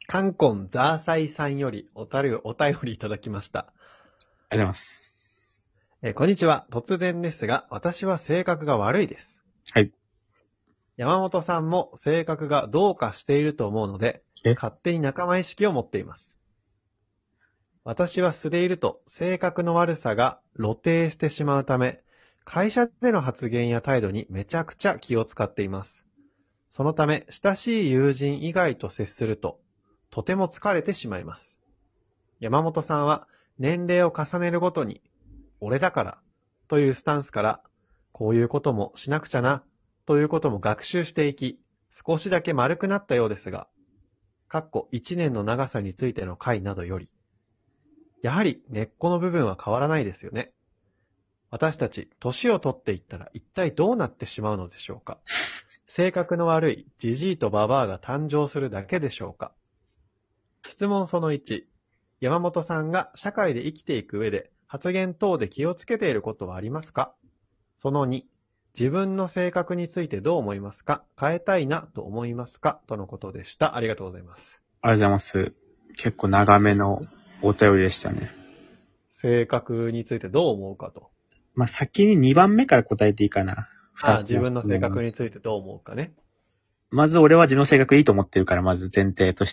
カンコンザーサイさんよりお便りいただきました。 ありがとうございます。 こんにちは。突然ですが、私は性格が悪いです。 はい。 山本さんも性格がどうかしていると思うので、勝手に仲間意識を持っています。私は素でいると性格の悪さが露呈してしまうため、会社での発言や態度にめちゃくちゃ気を使っています。そのため、親しい友人以外と接すると、とても疲れてしまいます。山本さんは年齢を重ねるごとに、俺だからというスタンスから、こういうこともしなくちゃなということも学習していき、少しだけ丸くなったようですが、1年の長さについての回などより、やはり根っこの部分は変わらないですよね。私たち、年を取っていったら一体どうなってしまうのでしょうか。性格の悪いジジイとババアが誕生するだけでしょうか。質問その1、山本さんが社会で生きていく上で発言等で気をつけていることはありますか？その2、自分の性格についてどう思いますか？変えたいなと思いますか？とのことでした。ありがとうございます。 ありがとうございます。結構長めのお便りでしたね。 性格についてどう思うかと。 まあ、先に2番目から答えていいかな。 自分の性格についてどう思うかね。 まず俺は自分の性格いいと思ってるから、まず前提として。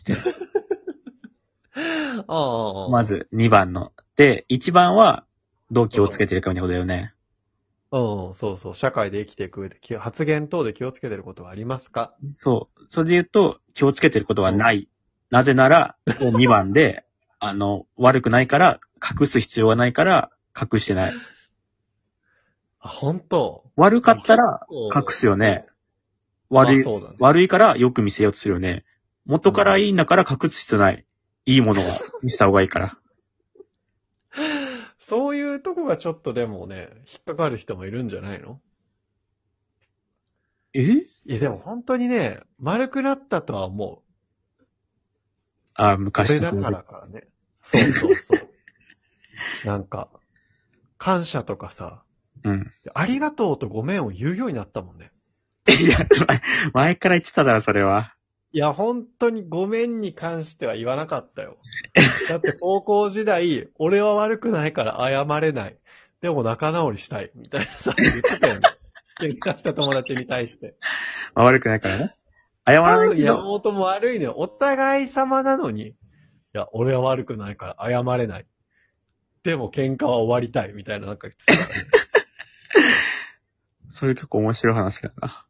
まず2番の。で、1番はどう気をつけてるかみたいなことだよね。 そうそう。社会で生きていく上で発言等で気をつけてることはありますか？ そう。それで言うと、気をつけてることはない。なぜなら、2番で、悪くないから、隠す必要がないから、隠してない。 本当？ 悪かったら、隠すよね。悪いからよく見せようとするよね。元からいいんだから隠す必要ない。いいものは見せた方がいいから。 そういうとこがちょっとでもね、引っかかる人もいるんじゃないの？いやでも本当にね、丸くなったとは思う。 昔と。俺だからね。そうそうそう。なんか、感謝とかさ、ありがとうとごめんを言うようになったもんね。 いや、前から言ってただろ、それは。 いや、本当にごめんに関しては言わなかったよ。だって高校時代、俺は悪くないから謝れない。でも仲直りしたい。みたいなさ、言ってたよね。喧嘩した友達に対して。 悪くないからね。謝らないけど。 山本も悪いのよ。お互い様なのに。いや、俺は悪くないから謝れない。でも喧嘩は終わりたい。みたいななんか言ってたからね。 それ結構面白い話だな。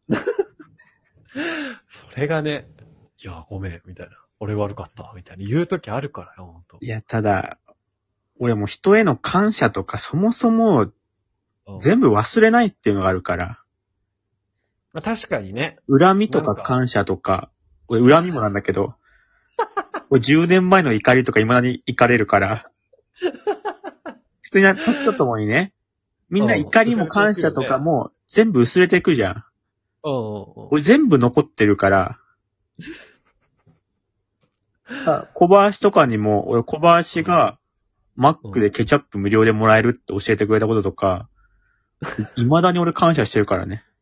それがね、いや、ごめん、みたいな。俺悪かった、みたいな言うときあるからよ、ほんと。 いや、ただ、俺も人への感謝とかそもそも全部忘れないっていうのがあるから。 まあ、確かにね。 恨みとか感謝とか、俺恨みもなんだけど、俺10年前の怒りとか未だに怒れるから、普通に時とともにね、みんな怒りも感謝とかも全部薄れていくじゃん。俺全部残ってるから、小林とかにも、俺小林がマックでケチャップ無料でもらえるって教えてくれたこととか、未だに俺感謝してるからね。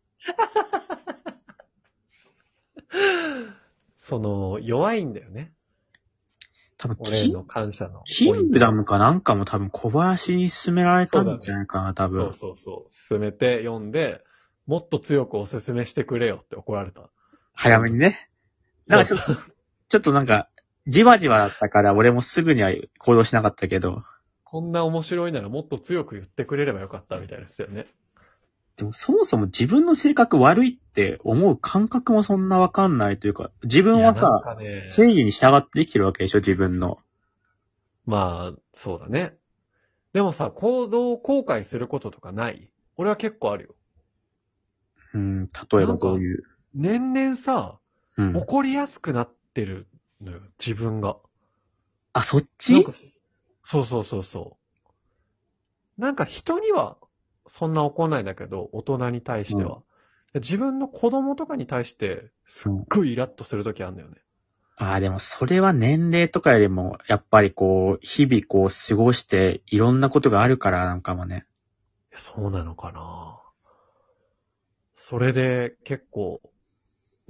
弱いんだよね。 多分、 俺の感謝の。 キングダムかなんかも多分小林に勧められたんじゃないかな、多分。 そう。勧めて読んで、もっと強くおすすめしてくれよって怒られた。 早めにね。なんかちょっとなんか、じわじわだったから俺もすぐには行動しなかったけど。 こんな面白いならもっと強く言ってくれればよかったみたいですよね。 でもそもそも自分の性格悪いって思う感覚もそんなわかんないというか、自分はさ、正義に従って生きてるわけでしょ、自分の。 まあ、そうだね。でもさ、行動を後悔することとかない？俺は結構あるよ。 例えばどういう。 年々さ、怒りやすくなってるのよ、自分が。 あ、そっち？ そう。なんか人にはそんな怒んないんだけど、大人に対しては。自分の子供とかに対して、すっごいイラッとするときあるんだよね。 でもそれは年齢とかよりも、やっぱりこう、日々こう過ごしていろんなことがあるからなんかもね。 そうなのかな。それで結構、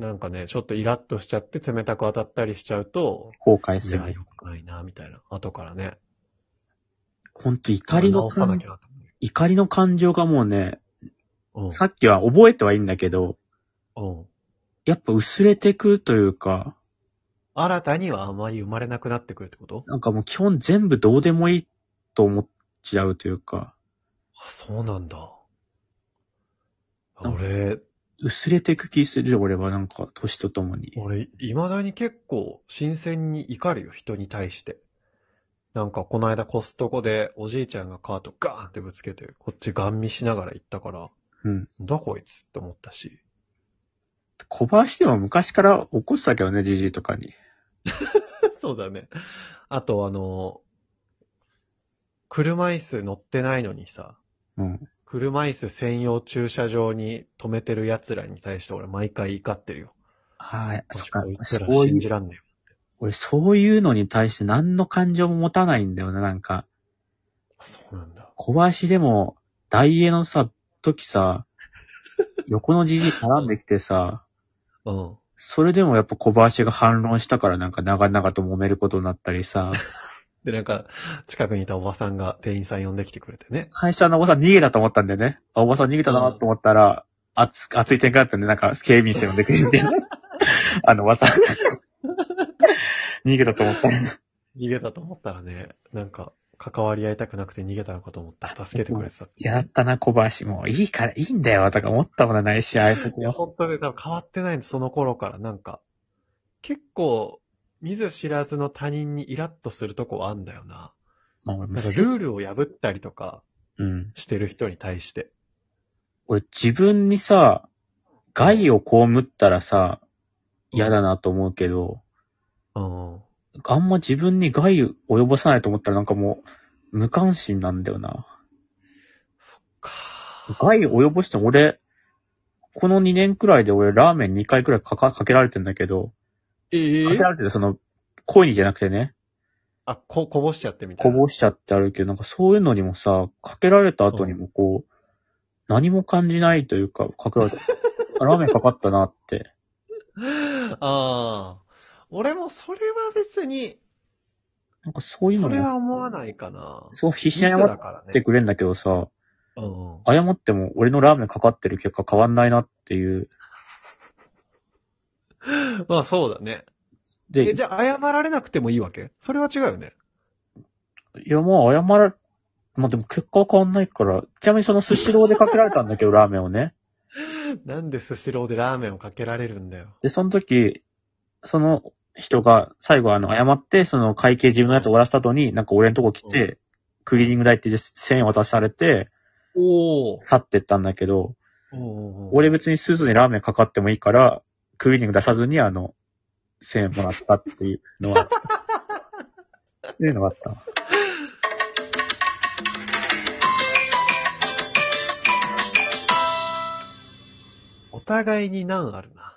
なんかね、ちょっとイラッとしちゃって冷たく当たったりしちゃうと、 後悔する。 いや、良くないな、みたいな。後からね。 ほんと直さなきゃなと怒りの感情がもうね、 思う。 さっきは覚えてはいいんだけど、 うん。うん。 やっぱ薄れてくというか、 新たにはあまり生まれなくなってくるってこと？ なんかもう基本全部どうでもいいと思っちゃうというか、 あ、そうなんだ。 なんか俺、 薄れてく気する、俺はなんか、年とともに。 未だに結構新鮮に怒るよ、人に対して。なんかこの間コストコでおじいちゃんがカートガーンってぶつけて、こっちガン見しながら行ったから、 うん。 なんだこいつって思ったし。 小林でも昔から怒ってたけどね、じじいとかに。 そうだね。あと車椅子乗ってないのにさ、 うん。 車椅子専用駐車場に止めてる奴らに対して俺毎回怒ってるよ。 ああ、そっか。 こいつらそういう、 信じらんね俺そういうのに対して何の感情も持たないんだよな、なんか。 え。あ、そうなんだ。 小林でも、ダイエーのさ、時さ、横のじじい絡んできてさ、 うん。 それでもやっぱ小林が反論したからなんか長々と揉めることになったりさ、 で、なんか、近くにいたおばさんが店員さん呼んできてくれてね。 最初のおばさん逃げたと思ったんだよね。あ、おばさん逃げたなと思ったら、熱い展開だったんで、なんか警備員さん呼んでくれるみたいな。おばさん。逃げたと思ったら。 逃げたと思ったらね、なんか、関わり合いたくなくて逃げたのかと思ったら助けてくれてたっていうね。 やったな、小林。もういいから、いいんだよ、とか思ったもんないし、ああいう時いや、 は。 本当に多分変わってないんです、その頃から。なんか、結構、見ず知らずの他人にイラッとするとこはあんだよな。 まあ、俺もなんかルールを破ったりとかうん。 してる人に対して。 俺自分にさ、害を被ったらさ、嫌だなと思うけど、 うん。 あんま自分に害を及ぼさないと思ったらなんかもう、無関心なんだよな。 そっか。 害を及ぼしても俺、この2年くらいで俺ラーメン2回くらいかけられてんだけど、かけられてるその、恋にじゃなくてね、 あ、こぼしちゃってみたいな。 こぼしちゃってあるけど、なんかそういうのにもさ、かけられた後にもこう、何も感じないというか、かけられた。あラーメンかかったなって。 ああ。俺もそれは別に、 なんかそういうのそれも、 は思わないかな。 そう必死に謝ミスだからね。 ってくれんだけどさ、 うんうん。 謝っても俺のラーメンかかってる結果変わんないなっていう。 まあそうだね。 で、 じゃあ謝られなくてもいいわけ？それは違うよね。 いやもうまあでも結果は変わんないから、ちなみにそのスシローでかけられたんだけど、ラーメンをね。 なんでスシローでラーメンをかけられるんだよ。 で、その時、その人が最後謝って、その会計自分のやつ終わらせた後に、なんか俺のとこ来て、クリーニング代って1000円渡されて、 おー。 去ってったんだけど、 おー。 俺別にスーツにラーメンかかってもいいから、クリーニング出さずに1000円もらったっていうのは、そういうのがあった。 お互いに難あるな。